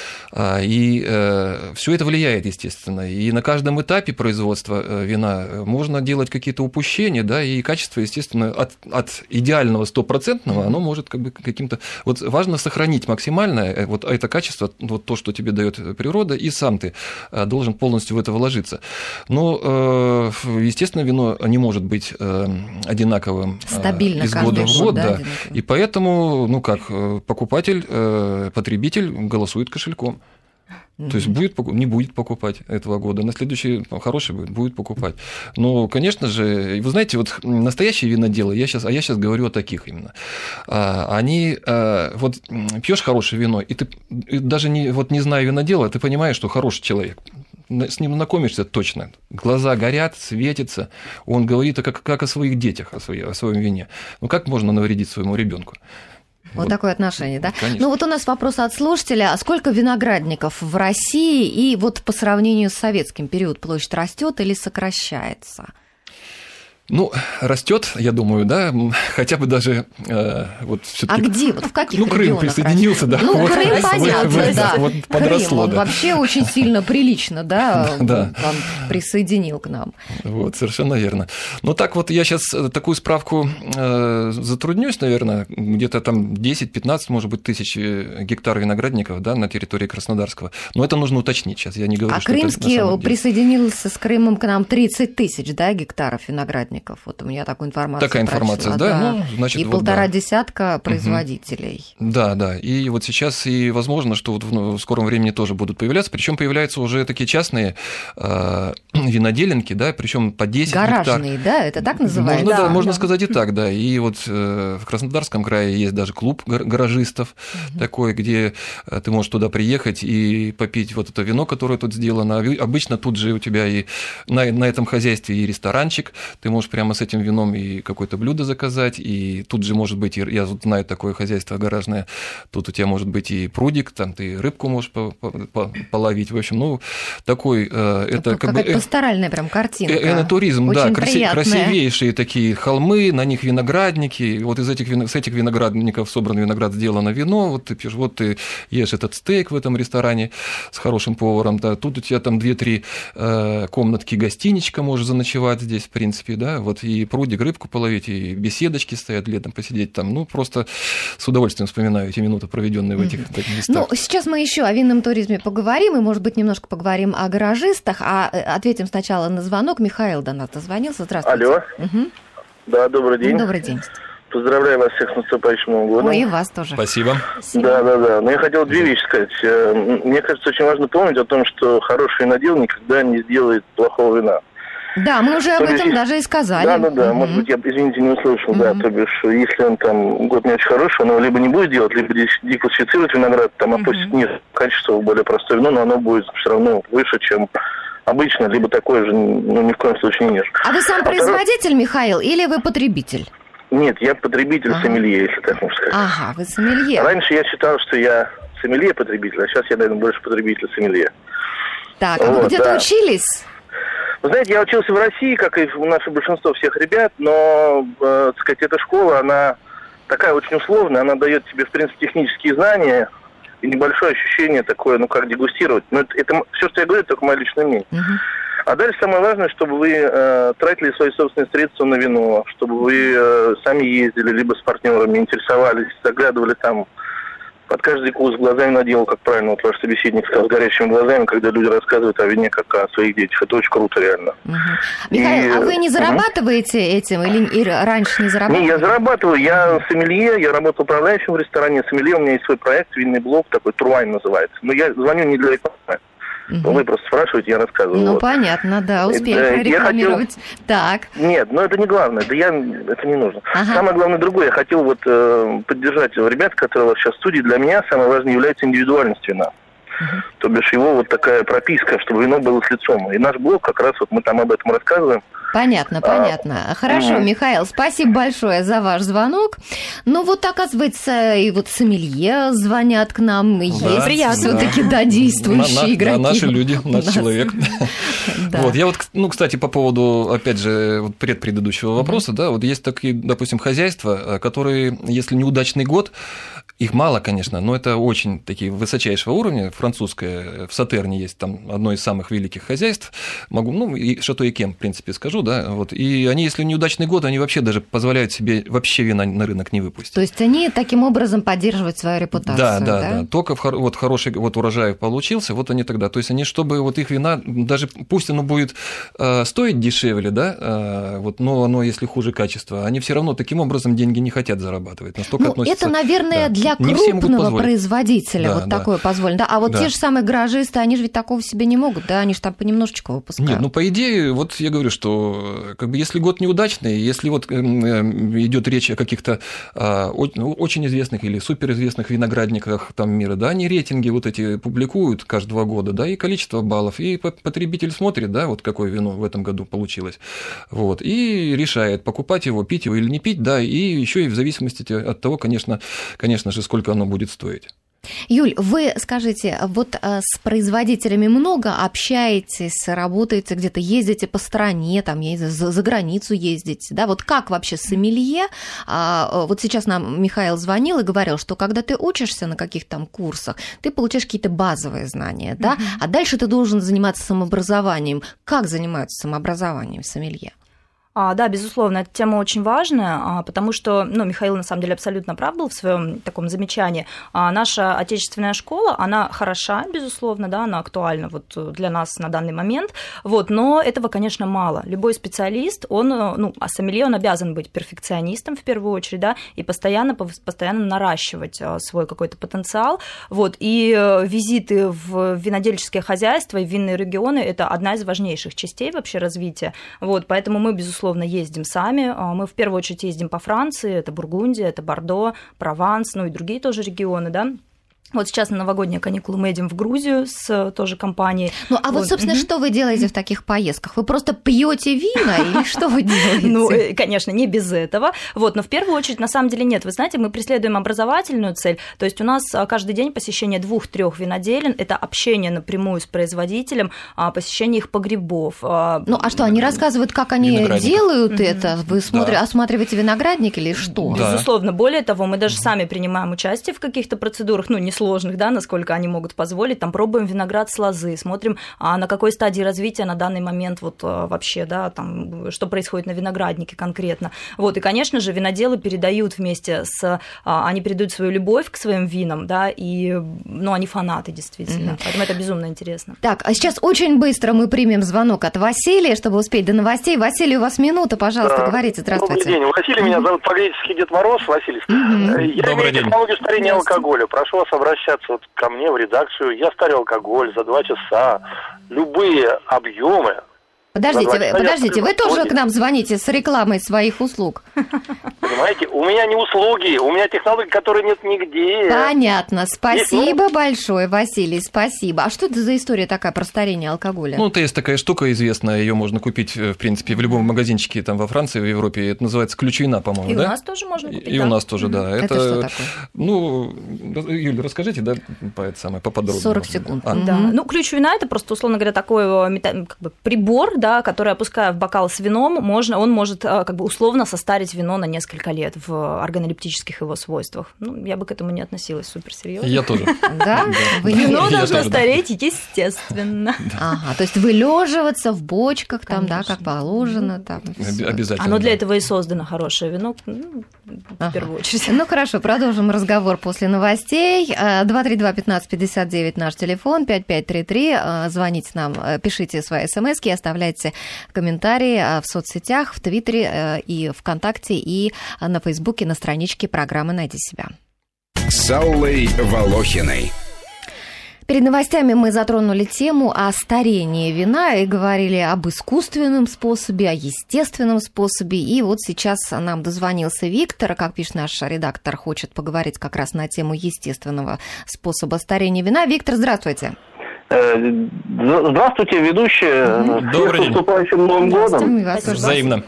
S2: И э, все это влияет, естественно. И на каждом этапе производства вина можно делать какие-то упущения, да, и качество, естественно, от, от идеального стопроцентного, оно может как бы каким-то... Вот важно сохранить максимальное вот это качество, вот то, что тебе дает природа, и сам ты должен полностью в это вложиться. Но, э, естественно, вино не может быть одинаковым
S1: стабильно
S2: из года в год, да,
S1: да,
S2: и поэтому, ну как, покупатель, потребитель голосует кошельком. То есть будет, не будет покупать этого года, на следующий хороший будет, будет покупать. Но, конечно же, вы знаете, вот настоящие виноделы, я сейчас, а я сейчас говорю о таких именно, они, вот пьешь хорошее вино, и ты даже не, вот не зная винодела, ты понимаешь, что хороший человек, с ним знакомишься точно, глаза горят, светятся, он говорит как, как о своих детях, о, своей, о своем вине. Ну как можно навредить своему ребенку?
S1: Вот, вот такое отношение, да?
S2: Конечно.
S1: Ну вот у нас вопрос от слушателя. А сколько виноградников в России? И вот по сравнению с советским периодом площадь растет или сокращается?
S2: Ну, растет, я думаю, да, хотя бы даже э, вот все-таки.
S1: А где? Вот в каких
S2: ну, Крым
S1: регионах
S2: присоединился, да.
S1: Ну,
S2: вот,
S1: Крым,
S2: вот,
S1: понятно,
S2: вот,
S1: да.
S2: Вот подросло,
S1: Крым, он
S2: да.
S1: вообще очень сильно прилично, да,
S2: да.
S1: он присоединил к нам.
S2: Вот, совершенно верно. Ну, так вот, я сейчас такую справку э, затруднюсь, наверное, где-то там десять-пятнадцать, может быть, тысяч гектар виноградников, да, на территории Краснодарского. Но это нужно уточнить сейчас, я не говорю,
S1: а
S2: что
S1: Крымский
S2: это на самом деле.
S1: Присоединился с Крымом к нам тридцать тысяч, да, гектаров виноградников. виноградников. Вот у меня такую информацию
S2: Такая информация, да?
S1: да.
S2: Ну, значит,
S1: и
S2: вот
S1: полтора
S2: да.
S1: десятка производителей.
S2: Угу. Да, да. И вот сейчас и возможно, что вот в скором времени тоже будут появляться. Причем появляются уже такие частные э, виноделинки, да, причем по десять гектар.
S1: Гаражные, да? Это так называется?
S2: Можно, да,
S1: да,
S2: можно
S1: да.
S2: сказать и так, да. И вот э, в Краснодарском крае есть даже клуб гаражистов угу. такой, где ты можешь туда приехать и попить вот это вино, которое тут сделано. Обычно тут же у тебя и на, на этом хозяйстве и ресторанчик, ты можешь прямо с этим вином и какое-то блюдо заказать, и тут же может быть, я вот знаю такое хозяйство гаражное, тут у тебя может быть и прудик, там ты рыбку можешь половить, в общем, ну, такой... Это,
S1: это как бы... пасторальная прям картинка.
S2: Энотуризм,
S1: очень
S2: да,
S1: приятная.
S2: Красивейшие такие холмы, на них виноградники, вот из этих, с этих виноградников собран виноград, сделано вино, вот ты пьешь, вот ты ешь этот стейк в этом ресторане с хорошим поваром, да, тут у тебя там две-три э, комнатки, гостиничка, можешь заночевать здесь, в принципе, да, вот и прудик, рыбку половить, и беседочки стоят летом посидеть там, ну, просто с удовольствием вспоминаю эти минуты, проведенные в этих mm-hmm. местах.
S1: Ну, сейчас мы еще о винном туризме поговорим, и, может быть, немножко поговорим о гаражистах, а ответим сначала на звонок. Михаил до нас дозвонился. Здравствуйте.
S10: Алло.
S1: Угу.
S10: Да, добрый день.
S1: Добрый день.
S10: Поздравляю вас всех с наступающим Новым годом.
S1: Ой, и вас тоже.
S2: Спасибо.
S1: Спасибо.
S10: Да, да, да. Но я хотел две вещи сказать. Мне кажется, очень важно помнить о том, что хороший винодел никогда не сделает плохого вина.
S1: Да, мы уже об этом есть... даже и сказали.
S10: Да, да, да. Mm-hmm. Может быть, я, извините, не услышал, mm-hmm. да. То бишь, если он там год не очень хороший, он его либо не будет делать, либо деклассифицировать виноград, там mm-hmm. опустит низ качество, более простое вино, но оно будет все равно выше, чем обычно, либо такое же, ну, ни в коем случае не ниже.
S1: А вы сам а производитель, второй... Михаил, или вы потребитель?
S10: Нет, я потребитель
S1: ага.
S10: сомелье, если так можно сказать.
S1: Ага, вы сомелье.
S10: Раньше я считал, что я сомелье-потребитель, а сейчас я, наверное, больше потребитель-сомелье.
S1: Так, вот, а вы где-то да. учились?
S10: Вы знаете, я учился в России, как и у нашего большинства всех ребят, но, э, так сказать, эта школа, она такая очень условная, она дает тебе, в принципе, технические знания и небольшое ощущение такое, ну, как дегустировать. Но это, это все, что я говорю, это только мое личное мнение. Uh-huh. А дальше самое важное, чтобы вы э, тратили свои собственные средства на вино, чтобы вы э, сами ездили, либо с партнерами, интересовались, заглядывали там под каждый куст глазами на дело, как правильно вот ваш собеседник сказал, с горящими глазами, когда люди рассказывают о вине как о своих детях. Это очень круто, реально.
S1: Угу. Михаил, и... а вы не зарабатываете угу. этим или и раньше не зарабатывали?
S10: Не, я зарабатываю. Я сомелье, я работал управляющим в ресторане. Сомелье, у меня есть свой проект, винный блог, такой Турвайн называется. Но я звоню не для рекламы. Угу. Вы просто спрашиваете, я рассказываю.
S1: Ну,
S10: вот.
S1: Понятно, да, успели да, прорекламировать. Хотел... Так.
S10: Нет, но это не главное, да я... это не нужно. Ага. Самое главное другое, я хотел вот э, поддержать ребят, которые у вас сейчас в студии. Для меня самое важное является индивидуальность вина. Угу. То бишь его вот такая прописка, чтобы вино было с лицом. И наш блог как раз вот мы там об этом рассказываем.
S1: Понятно, понятно. А, Хорошо, угу. Михаил, спасибо большое за ваш звонок. Ну вот, оказывается, и вот сомелье звонят к нам. Да, есть приятно. Все-таки, да, действующие на, игроки.
S2: Да, наши люди, наш человек. Вот, я вот, ну, кстати, по поводу, опять же, вот предпредыдущего вопроса, да, вот есть такие, допустим, хозяйства, которые, если неудачный год, их мало, конечно, но это очень такие высочайшего уровня. Французское, в Сатерне есть там одно из самых великих хозяйств. Могу, ну, и Шато Экем, в принципе, скажу, да. Вот. И они, если неудачный год, они вообще даже позволяют себе вообще вина на рынок не выпустить.
S1: То есть они таким образом поддерживают свою репутацию,
S2: да? Да,
S1: да,
S2: да. Только в, вот хороший вот урожай получился, вот они тогда. То есть они, чтобы вот их вина, даже пусть оно будет э, стоить дешевле, да, э, вот, но оно, если хуже качества, они все равно таким образом деньги не хотят зарабатывать. Настолько
S1: ну,
S2: относятся...
S1: Это, наверное, да. для крупного производителя да, вот да. такое позволено. Да, а вот да. те же самые гаражисты, они же ведь такого себе не могут, да, они же там понемножечку выпускают.
S2: Нет, ну по идее, вот я говорю, что как бы если год неудачный, если вот идет речь о каких-то очень известных или суперизвестных виноградниках там мира, да, они рейтинги вот эти публикуют каждые два года, да, и количество баллов, и потребитель смотрит, да, вот какое вино в этом году получилось, вот, и решает, покупать его, пить его или не пить, да, и еще и в зависимости от того, конечно, конечно же, сколько оно будет стоить.
S1: Юль, вы скажите, вот с производителями много общаетесь, работаете где-то, ездите по стране, там, за, за границу ездите, да, вот как вообще сомелье, вот сейчас нам Михаил звонил и говорил, что когда ты учишься на каких-то там курсах, ты получаешь какие-то базовые знания, да, mm-hmm. а дальше ты должен заниматься самообразованием. Как занимаются самообразованием сомелье?
S7: А, да, безусловно, эта тема очень важная, потому что, ну, Михаил, на самом деле, абсолютно прав был в своем таком замечании. А наша отечественная школа, она хороша, безусловно, да, она актуальна вот для нас на данный момент, вот, но этого, конечно, мало. Любой специалист, он, ну, а сомелье, он обязан быть перфекционистом в первую очередь, да, и постоянно, постоянно наращивать свой какой-то потенциал, вот, и визиты в винодельческие хозяйства и винные регионы – это одна из важнейших частей вообще развития, вот, поэтому мы, безусловно, Безусловно, ездим сами. Мы в первую очередь ездим по Франции, это Бургундия, это Бордо, Прованс, ну и другие тоже регионы, да. Вот сейчас на новогодние каникулы мы едем в Грузию с тоже компанией.
S1: Ну, а вот, вот собственно, mm-hmm. что вы делаете в таких поездках? Вы просто пьете вина или что вы делаете?
S7: Ну, конечно, не без этого. Вот, но в первую очередь, на самом деле, нет. Вы знаете, мы преследуем образовательную цель. То есть у нас каждый день посещение двух-трех виноделин, это общение напрямую с производителем, посещение их погребов.
S1: Ну, а что, они рассказывают, как они делают mm-hmm. это? Вы смотри, да. осматриваете виноградник или что?
S7: Да. Безусловно. Более того, мы даже сами принимаем участие в каких-то процедурах, ну, не сложных, да, насколько они могут позволить, там пробуем виноград с лозы, смотрим, а на какой стадии развития на данный момент вот вообще, да, там, что происходит на винограднике конкретно. Вот, и, конечно же, виноделы передают вместе с, они передают свою любовь к своим винам, да, и, ну, они фанаты, действительно, mm-hmm. поэтому это безумно интересно.
S1: Так, а сейчас очень быстро мы примем звонок от Василия, чтобы успеть до новостей. Василий, у вас минута, пожалуйста, да. говорите, здравствуйте.
S11: Добрый день, Василий, mm-hmm. меня зовут по-гречески Дед Мороз, Василий. Mm-hmm. Я
S2: Добрый
S11: имею
S2: день.
S11: технологию старения алкоголя, прошу вас обращаться вот ко мне в редакцию. Я старю алкоголь за два часа. Любые объемы.
S1: Подождите, вы, подождите, вы тоже к нам звоните с рекламой своих услуг.
S11: Понимаете, у меня не услуги, у меня технологии, которые нет нигде.
S1: Понятно, спасибо есть, ну... большое, Василий, спасибо. А что это за история такая про старение алкоголя?
S2: Ну, это есть такая штука известная, ее можно купить, в принципе, в любом магазинчике там во Франции, в Европе, это называется ключ-вина, по-моему,
S7: и
S2: да?
S7: И у нас тоже можно купить,
S2: И
S7: да?
S2: у нас тоже, да.
S1: Это, это что такое?
S2: Ну, Юля, расскажите, да, по это самое, поподробнее.
S1: сорок секунд.
S2: А.
S7: Да. Ну, ключ-вина – это просто, условно говоря, такой как бы, прибор, да, который, опуская в бокал с вином, можно, он может как бы условно состарить вино на несколько лет в органолептических его свойствах. Ну, я бы к этому не относилась суперсерьезно.
S2: Я тоже.
S1: Да?
S7: Вино должно стареть естественно.
S1: Ага, то есть вылеживаться в бочках, там, да, как положено.
S2: Обязательно.
S7: Оно для этого и создано, хорошее вино, в первую очередь.
S1: Ну, хорошо, продолжим разговор после новостей. два три два пятнадцать пятьдесят девять наш телефон, пять пять три три. Звоните нам, пишите свои смски, оставляйте комментарии в соцсетях, в Твиттере и ВКонтакте, и на Фейсбуке, на страничке программы «Найди себя».
S8: С Аллой Волохиной.
S1: Перед новостями мы затронули тему о старении вина и говорили об искусственном способе, о естественном способе. И вот сейчас нам дозвонился Виктор, как пишет наш редактор, хочет поговорить как раз на тему естественного способа старения вина. Виктор, здравствуйте.
S10: Здравствуйте, ведущие.
S2: Добрый
S10: день. С наступающим Новым годом.
S2: Взаимно.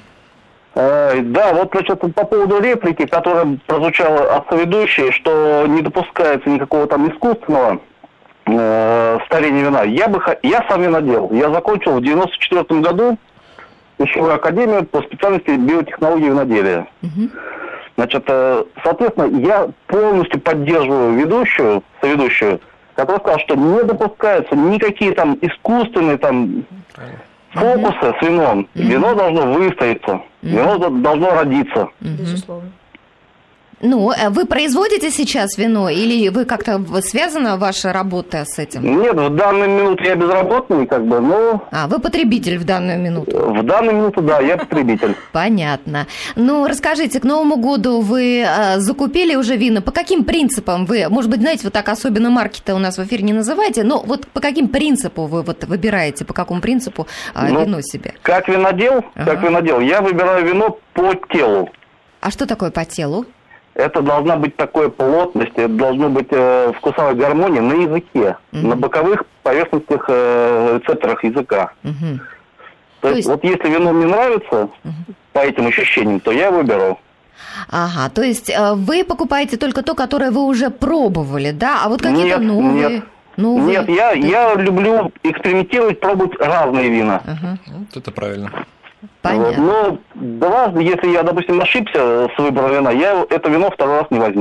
S10: Да, вот значит, по поводу реплики, которая прозвучала от соведущей, что не допускается никакого там искусственного э, старения вина. Я бы я сам винодел. Я закончил в девяносто четвёртом году пищевую академию по специальности биотехнологии виноделия. Угу. Значит, э, соответственно, я полностью поддерживаю ведущую, соведущую, которая сказала, что не допускаются никакие там искусственные там фокусы mm-hmm. с вином. Mm-hmm. Вино должно выстояться, mm-hmm. вино должно родиться.
S7: Безусловно.
S1: Ну, вы производите сейчас вино или вы как-то связана ваша работа с этим?
S10: Нет, в данную минуту я безработный, как бы, но...
S1: А, вы потребитель в данную минуту?
S10: В данную минуту, да, я потребитель.
S1: Понятно. Ну, расскажите, к Новому году вы а, закупили уже вина? По каким принципам вы, может быть, знаете, вот так особенно марки-то у нас в эфире не называете, но вот по каким принципу вы вот выбираете, по какому принципу а, ну, вино себе?
S10: Как винодел, ага. как винодел, я выбираю вино по телу.
S1: А что такое по телу?
S10: Это должна быть такой плотность, это должно быть э, вкусовая гармония на языке, угу. на боковых поверхностях э, рецепторах языка. Угу. То, то есть, вот если вино мне нравится, угу. по этим ощущениям, то я выберу.
S1: Ага, то есть э, вы покупаете только то, которое вы уже пробовали, да? А вот какие-то
S10: нет,
S1: новые?
S10: Нет,
S1: новые...
S10: нет я, я люблю экспериментировать, пробовать разные вина.
S1: Ага.
S2: Вот это правильно.
S1: Понятно.
S10: Вот. Но дважды, если я, допустим, ошибся с выбором вина, я это вино второй раз не возьму.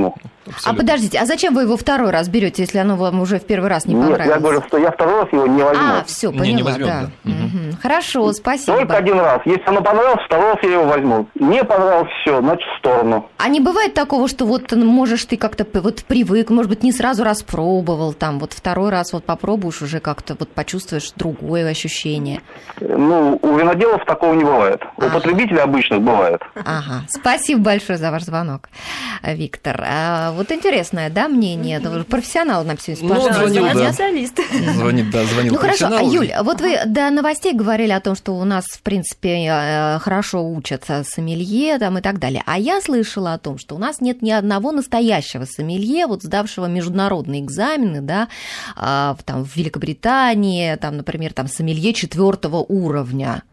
S2: Абсолютно.
S1: А подождите, а зачем вы его второй раз берете, если оно вам уже в первый раз не понравилось?
S10: Нет, я говорю, что я второй раз его не возьму.
S1: А, все, поняла,
S2: не, не возьмем,
S1: да.
S2: да.
S1: Угу. Хорошо, спасибо.
S10: Только один раз. Если оно понравилось, второй раз я его возьму. Не понравилось, все, значит, в сторону.
S1: А не бывает такого, что вот можешь ты как-то вот привык, может быть, не сразу распробовал, там вот второй раз вот попробуешь, уже как-то вот почувствуешь другое ощущение?
S10: Ну, у виноделов такого не бывает. У
S1: Ага.
S10: потребителей обычных бывает.
S1: Ага, спасибо большое за ваш звонок, Виктор. А вот интересное, да, мнение? Профессионал нам сегодня
S2: Ну,
S1: спрашивает.
S2: звонил, да.
S7: Специалист.
S2: Звонит, да, звонил
S1: Ну хорошо, а
S2: профессионал.
S1: Юль, вот вы до новостей говорили о том, что у нас, в принципе, э, хорошо учатся сомелье там, и так далее. А я слышала о том, что у нас нет ни одного настоящего сомелье, вот сдавшего международные экзамены, да, а, в- там, в Великобритании, там, например, там, сомелье четвертого уровня.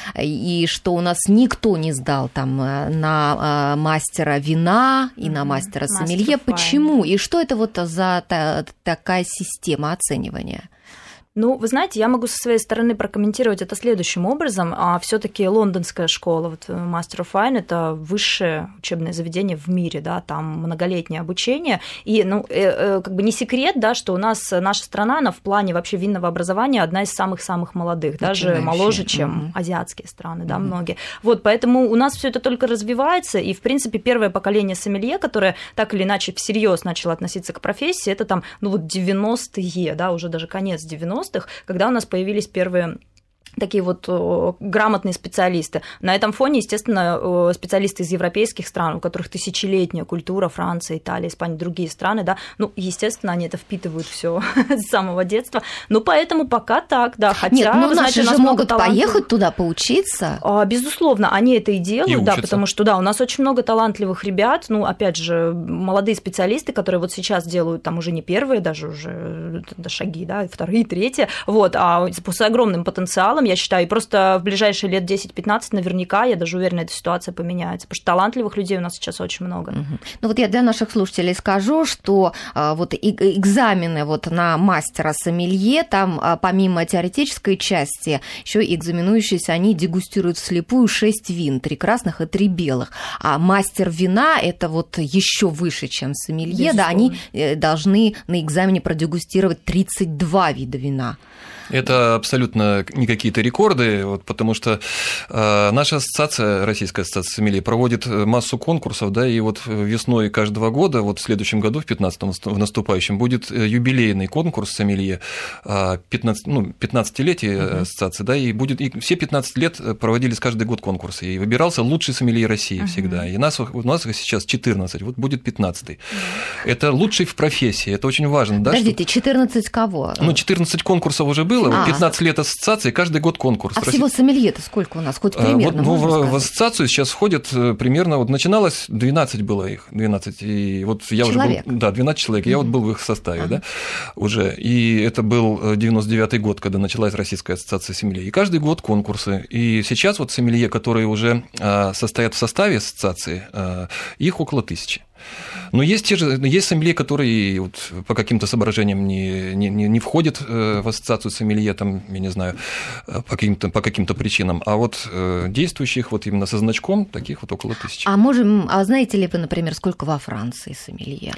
S1: И что у нас никто не сдал там э, на э, мастера вина и на мастера
S7: Master
S1: сомелье.
S7: of Wine.
S1: Почему? И что это вот за та- такая система оценивания?
S7: Ну, вы знаете, я могу со своей стороны прокомментировать это следующим образом. А все-таки лондонская школа, вот Master of Wine, это высшее учебное заведение в мире, да, там многолетнее обучение. И, ну, э, э, как бы не секрет, да, что у нас наша страна, она в плане вообще винного образования одна из самых-самых молодых, даже
S1: Начинающая.
S7: моложе, чем
S1: Мгм.
S7: азиатские страны, да, многие. Вот, поэтому у нас все это только развивается, и, в принципе, первое поколение сомелье, которое так или иначе всерьез начало относиться к профессии, это там, ну, вот девяностые, да, уже даже конец девяностых, когда у нас появились первые такие вот о, грамотные специалисты. На этом фоне, естественно, о, специалисты из европейских стран, у которых тысячелетняя культура, Франция, Италия, Испания, другие страны, да, ну, естественно, они это впитывают все с самого детства. Ну, поэтому пока так, да, хотя...
S1: Нет, ну
S7: вы знаете,
S1: наши
S7: у
S1: же
S7: нас много
S1: могут
S7: талантливых-
S1: поехать туда поучиться.
S7: А, Безусловно, они это и делают,
S2: И
S7: да,
S2: учатся.
S7: потому что, да, у нас очень много талантливых ребят, ну, опять же, молодые специалисты, которые вот сейчас делают там уже не первые, даже уже да, шаги, да, вторые, третьи, вот, а с огромным потенциалом, я считаю, и просто в ближайшие лет десять-пятнадцать наверняка, я даже уверена, эта ситуация поменяется, потому что талантливых людей у нас сейчас очень много.
S1: Мгм. Ну вот я для наших слушателей скажу, что а, вот и- экзамены вот на мастера сомелье, там а, помимо теоретической части, еще экзаменующиеся, они дегустируют вслепую шесть вин, три красных и три белых. А мастер вина – это вот еще выше, чем сомелье, да, они э, должны на экзамене продегустировать тридцать два вида вина.
S2: Это абсолютно не какие-то рекорды, вот, потому что э, наша ассоциация, Российская ассоциация сомелье, проводит массу конкурсов, да, и вот весной каждого года, вот в следующем году, в пятнадцатом, в наступающем, будет юбилейный конкурс сомелье, пятнадцать, ну, пятнадцатилетие uh-huh. ассоциации, да, и будет, и все пятнадцать лет проводились каждый год конкурсы, и выбирался лучший сомелье России uh-huh. всегда, и нас, у нас сейчас четырнадцать, вот будет пятнадцатый. Uh-huh. Это лучший в профессии, это очень важно, да.
S1: Подождите, что... четырнадцать кого?
S2: Ну, четырнадцать конкурсов уже было, а. пятнадцать лет ассоциации, каждый год конкурс.
S1: А всего сомелье-то сколько у нас? Хоть примерно
S2: вот,
S1: можно
S2: в, в ассоциацию сейчас входит примерно, вот начиналось, двенадцать было их, двенадцать, и вот я
S1: человек.
S2: уже был, да, двенадцать человек, mm-hmm. я вот был в их составе, ага. да, уже, и это был девяносто девятый год, когда началась Российская ассоциация сомелье, и каждый год конкурсы, и сейчас вот сомелье, которые уже состоят в составе ассоциации, их около тысячи. Но есть те же, есть сомелье, которые вот по каким-то соображениям не, не, не входят в ассоциацию сомелье, там, я не знаю, по каким-то, по каким-то причинам, а вот действующих вот именно со значком, таких вот около тысячи.
S1: А можем, а знаете ли вы, например, сколько во Франции сомелье?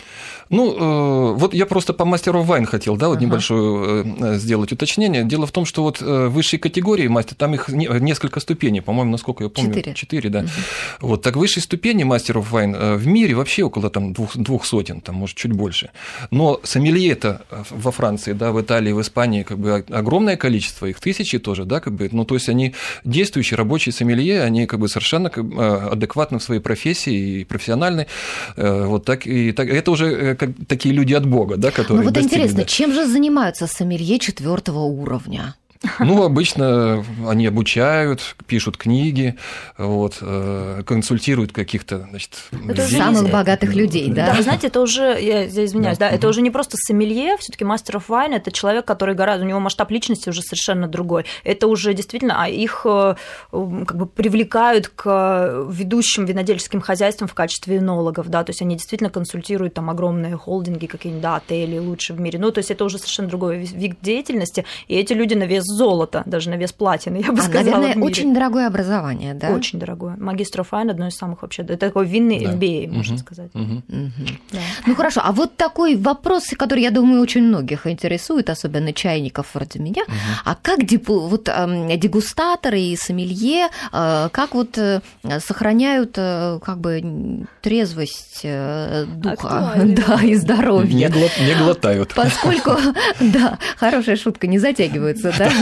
S2: Ну, вот я просто по мастеру Вайн хотел, да, вот ага. небольшое сделать уточнение. Дело в том, что вот высшей категории мастер, там их несколько ступеней, по-моему, насколько я помню,
S1: четыре,
S2: четыре да.
S1: Угу.
S2: Вот, так высшей ступени мастеров Вайн в мире вообще около там двух, двух сотен, там, может, чуть больше. Но сомелье-то во Франции, да, в Италии, в Испании, как бы огромное количество, их тысячи тоже, да, как бы, ну, то есть они действующие рабочие сомелье, они как бы совершенно как бы адекватны в своей профессии и профессиональны, вот так, и так, это уже как такие люди от Бога, да, которые
S1: Ну, вот
S2: достигли,
S1: интересно,
S2: да.
S1: чем же занимаются сомелье четвертого уровня?
S2: Ну, обычно они обучают, пишут книги, вот, консультируют каких-то, значит,
S1: это самых богатых людей, да?
S7: Да, вы знаете, это уже, я, я извиняюсь, да, да, это уже не просто сомелье, все-таки мастер оф вайн, это человек, который гораздо, у него масштаб личности уже совершенно другой. Это уже действительно, а их как бы привлекают к ведущим винодельческим хозяйствам в качестве энологов, да, то есть они действительно консультируют там огромные холдинги, какие-нибудь, да, отели лучшие в мире, ну, то есть это уже совершенно другой вид деятельности, и эти люди на вес золота, даже на вес платины, я бы
S1: а,
S7: сказала.
S1: Наверное, очень дорогое образование, да?
S7: Очень дорогое. Магистр оф вайн одно из самых вообще, это такой винный
S2: да.
S7: эм би эй, можно
S2: угу.
S7: сказать.
S2: Угу.
S1: Угу. Да. Ну хорошо, а вот такой вопрос, который, я думаю, очень многих интересует, особенно чайников вроде меня. Угу. А как депу, вот, э, дегустаторы и сомелье, э, как вот э, сохраняют э, как бы трезвость э, духа да, и здоровья?
S2: Не, глот, не глотают.
S1: Поскольку, да, хорошая шутка, не затягивается, да?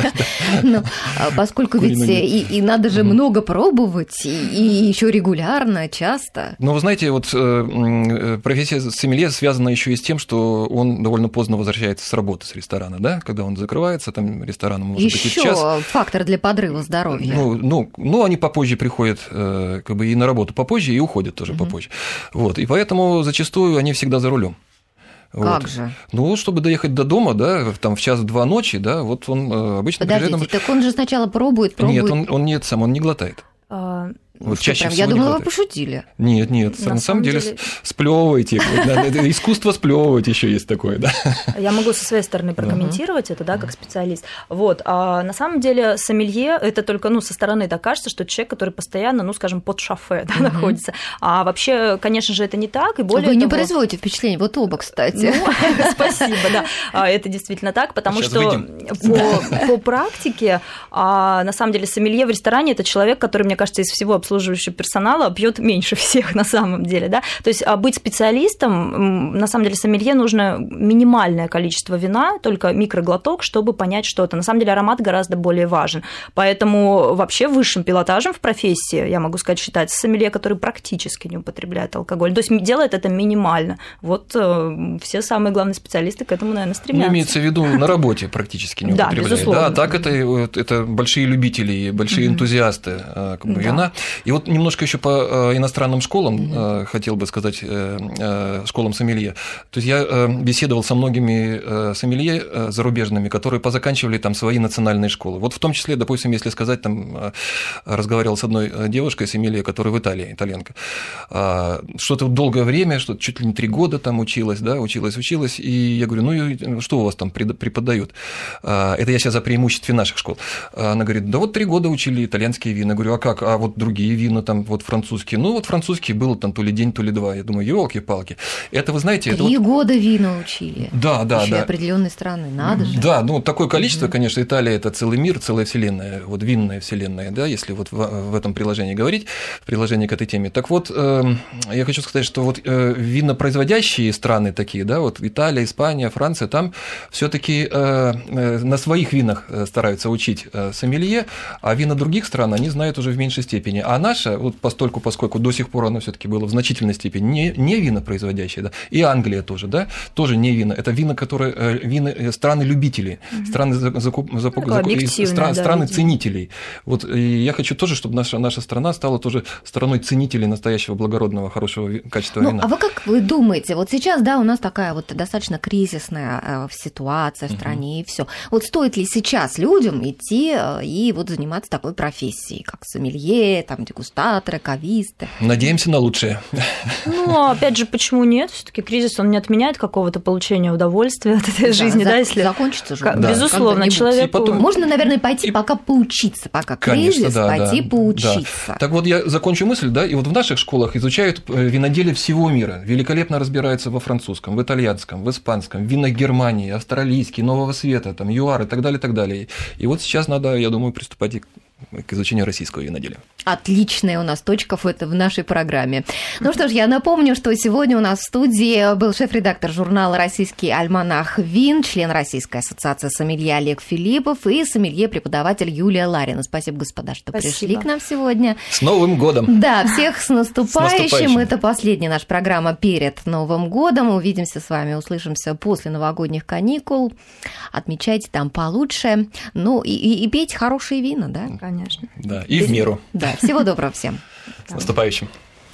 S1: Ну, поскольку ведь и надо же много пробовать, и еще регулярно, часто.
S2: Ну, вы знаете, вот профессия сомелье связана еще и с тем, что он довольно поздно возвращается с работы, с ресторана, да, когда он закрывается, там ресторан может быть и в час.
S1: Еще фактор для подрыва здоровья.
S2: Ну, ну, ну, они попозже приходят как бы и на работу попозже, и уходят тоже угу. попозже. Вот, и поэтому зачастую они всегда за рулем.
S1: Как
S2: вот.
S1: же?
S2: Ну, чтобы доехать до дома, да, там в час-два ночи, да, вот он обычно...
S1: Подождите,
S2: приезжает...
S1: так он же сначала пробует, пробует...
S2: Нет, он, он нет сам, он не глотает.
S1: А...
S2: Вот
S1: что,
S2: чаще
S1: прям,
S2: всего
S1: я думала,
S2: не
S1: вы пошутили.
S2: Нет, нет, на, на самом деле, деле... сплёвывайте. Искусство сплёвывать еще есть такое, да.
S7: Я могу со своей стороны прокомментировать это, да, как специалист. Вот, а на самом деле сомелье это только, ну, со стороны так кажется, что это человек, который постоянно, ну, скажем, под шофе, да, находится. А вообще, конечно же, это не так, и более
S1: Вы не
S7: того...
S1: производите впечатление, вот оба, кстати.
S7: Ну, спасибо, да, это действительно так, потому Сейчас что по, по практике, а, на самом деле, сомелье в ресторане это человек, который, мне кажется, из всего обслуживающего персонала пьет меньше всех на самом деле, да, то есть быть специалистом, на самом деле сомелье нужно минимальное количество вина, только микроглоток, чтобы понять что-то. На самом деле аромат гораздо более важен, поэтому вообще высшим пилотажем в профессии, я могу сказать, считается сомелье, который практически не употребляет алкоголь, то есть делает это минимально. Вот все самые главные специалисты к этому, наверное, стремятся.
S2: Ну, имеется в виду на работе практически не употребляет.
S7: Да, безусловно.
S2: Да, так это, это большие любители, большие mm-hmm. энтузиасты как бы, да. вина. И вот немножко еще по иностранным школам mm-hmm. хотел бы сказать, школам сомелье. То есть я беседовал со многими сомелье зарубежными, которые позаканчивали там свои национальные школы. Вот в том числе, допустим, если сказать, там разговаривал с одной девушкой сомелье, которая в Италии, итальянка, что-то долгое время, что чуть ли не три года там училась, да, училась, училась, и я говорю, ну что у вас там преподают? Это я сейчас за преимуществе наших школ. Она говорит, да вот три года учили итальянские вина. Я говорю, а как? А вот другие вина там, вот французские. Ну, вот французские было там то ли день, то ли два. Я думаю, елки-палки. Это, вы знаете...
S1: Три
S2: это вот...
S1: года вина учили.
S2: Да, да,
S1: Еще
S2: да.
S1: определенной страны, надо же.
S2: Да, ну, такое количество,
S1: угу. конечно,
S2: Италия – это целый мир, целая вселенная, вот винная вселенная, да, если вот в, в этом приложении говорить, в приложении к этой теме. Так вот, э, я хочу сказать, что вот э, винопроизводящие страны такие, да, вот Италия, Испания, Франция, там все-таки э, э, на своих винах стараются учить э, сомелье, а вина других стран они знают уже в меньшей степени. А наша, вот постольку, поскольку до сих пор оно все-таки было в значительной степени не, не винопроизводящее, да, и Англия тоже, да, тоже не вина. Это вина, которые вина страны-любители, mm-hmm. страны закуп, закуп, закуп, стра, да, страны ценителей. Вот и я хочу тоже, чтобы наша, наша страна стала тоже страной ценителей настоящего благородного, хорошего качества
S1: ну,
S2: вина.
S1: А вы как вы думаете, вот сейчас, да, у нас такая вот достаточно кризисная ситуация в стране mm-hmm. и все. Вот стоит ли сейчас людям идти и вот заниматься такой профессией, как сомелье, там, дегустаторы, кависты?
S2: Надеемся на лучшее.
S7: Ну, опять же, почему нет? Все-таки кризис, он не отменяет какого-то получения удовольствия от этой
S1: да,
S7: жизни,
S1: за,
S7: да, если...
S1: Закончится же.
S7: Как, да. Безусловно, человеку...
S1: Потом... Можно, наверное, пойти и... пока поучиться, пока Конечно, кризис, да, пойти да, поучиться.
S2: Да. Так вот, я закончу мысль, да, и вот в наших школах изучают виноделие всего мира, великолепно разбираются во французском, в итальянском, в испанском, в винах Германии, австралийский, Нового Света, там, ЮАР и так далее, и так далее. И вот сейчас надо, я думаю, приступать к изучению российского виноделия.
S1: Отличная у нас точка в, это, в нашей программе. Ну что ж, я напомню, что сегодня у нас в студии был шеф-редактор журнала «Российский альманах вин», член Российской ассоциации сомелье Олег Филиппов и сомелье-преподаватель Юлия Ларина. Спасибо, господа, что
S7: Спасибо.
S1: пришли к нам сегодня.
S2: С Новым годом!
S1: Да, всех с наступающим.
S2: С наступающим.
S1: Это последняя наша программа перед Новым годом. Увидимся с вами, услышимся после новогодних каникул. Отмечайте там получше. Ну и, и, и пейте хорошие вина, да?
S7: Конечно.
S2: Да, и в меру.
S1: Да, всего доброго всем.
S2: С наступающим.